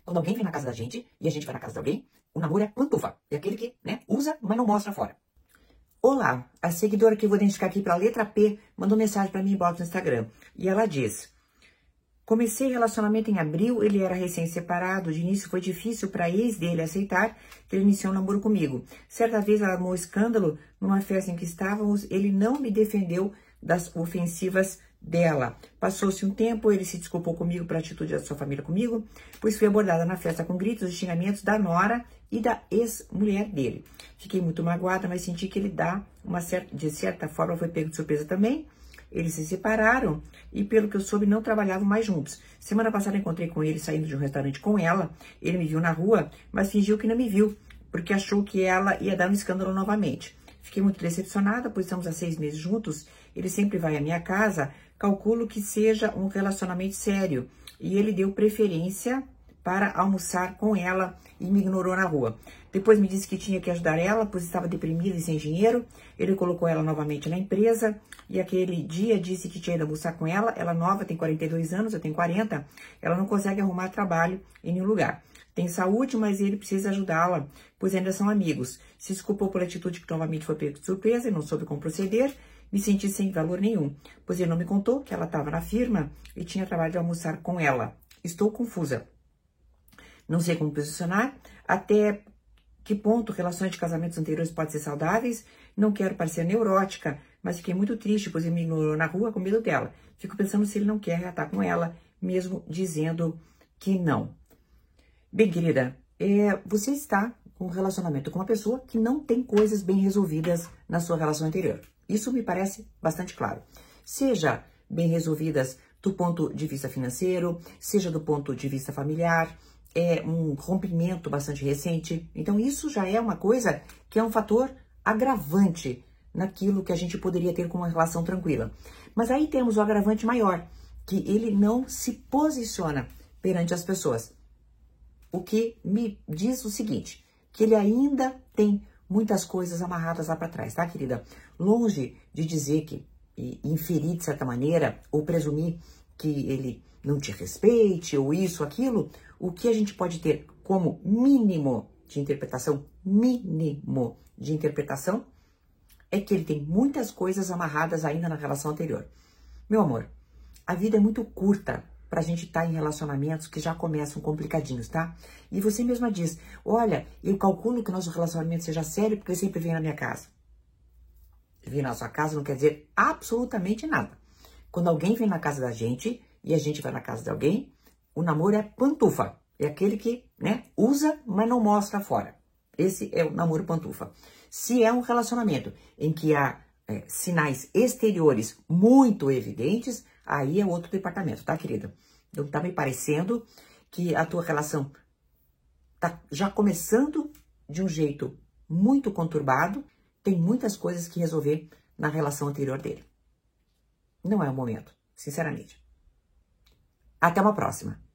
Quando alguém vem na casa da gente e a gente vai na casa de alguém, o namoro é pantufa. É aquele que, né, usa, mas não mostra fora. Olá, a seguidora que eu vou identificar aqui pela letra P mandou mensagem para mim inbox no Instagram. E ela diz: comecei relacionamento em abril, ele era recém-separado, de início foi difícil para ex dele aceitar que ele iniciou um namoro comigo. Certa vez ela armou um escândalo numa festa em que estávamos, ele não me defendeu das ofensivas dela. Passou-se um tempo, ele se desculpou comigo por atitude da sua família comigo, pois fui abordada na festa com gritos e xingamentos da nora e da ex-mulher dele. Fiquei muito magoada, mas senti que ele de certa forma foi pego de surpresa também. Eles se separaram e, pelo que eu soube, não trabalhavam mais juntos. Semana passada encontrei com ele saindo de um restaurante com ela. Ele me viu na rua, mas fingiu que não me viu, porque achou que ela ia dar um escândalo novamente. Fiquei muito decepcionada, pois estamos há 6 meses juntos. Ele sempre vai à minha casa. Calculo que seja um relacionamento sério. E ele deu preferência para almoçar com ela e me ignorou na rua. Depois me disse que tinha que ajudar ela, pois estava deprimida e sem dinheiro. Ele colocou ela novamente na empresa e aquele dia disse que tinha ido almoçar com ela. Ela nova, tem 42 anos, eu tenho 40. Ela não consegue arrumar trabalho em nenhum lugar. Tem saúde, mas ele precisa ajudá-la, pois ainda são amigos. Se desculpou por atitude que novamente foi pego de surpresa e não soube como proceder. Me senti sem valor nenhum, pois ele não me contou que ela estava na firma e tinha trabalho de almoçar com ela. Estou confusa. Não sei como posicionar, até que ponto relações de casamentos anteriores podem ser saudáveis. Não quero parecer neurótica, mas fiquei muito triste, pois ele me ignorou na rua com medo dela. Fico pensando se ele não quer reatar com ela, mesmo dizendo que não. Bem, querida, você está com um relacionamento com uma pessoa que não tem coisas bem resolvidas na sua relação anterior. Isso me parece bastante claro. Seja bem resolvidas do ponto de vista financeiro, seja do ponto de vista familiar, um rompimento bastante recente. Então, isso já é uma coisa que é um fator agravante naquilo que a gente poderia ter com uma relação tranquila. Mas aí temos o agravante maior, que ele não se posiciona perante as pessoas. O que me diz o seguinte, que ele ainda tem muitas coisas amarradas lá para trás, tá, querida? Longe de dizer que, e inferir de certa maneira, ou presumir que ele não te respeite, ou isso, aquilo, o que a gente pode ter como mínimo de interpretação, é que ele tem muitas coisas amarradas ainda na relação anterior. Meu amor, a vida é muito curta pra gente estar em relacionamentos que já começam complicadinhos, tá? E você mesma diz, olha, eu calculo que o nosso relacionamento seja sério porque ele sempre vem na minha casa. Vir na sua casa não quer dizer absolutamente nada. Quando alguém vem na casa da gente e a gente vai na casa de alguém, o namoro é pantufa. É aquele que, né, usa, mas não mostra fora. Esse é o namoro pantufa. Se é um relacionamento em que há sinais exteriores muito evidentes, aí é outro departamento, tá, querida? Então, tá me parecendo que a tua relação tá já começando de um jeito muito conturbado, tem muitas coisas que resolver na relação anterior dele. Não é o momento, sinceramente. Até uma próxima.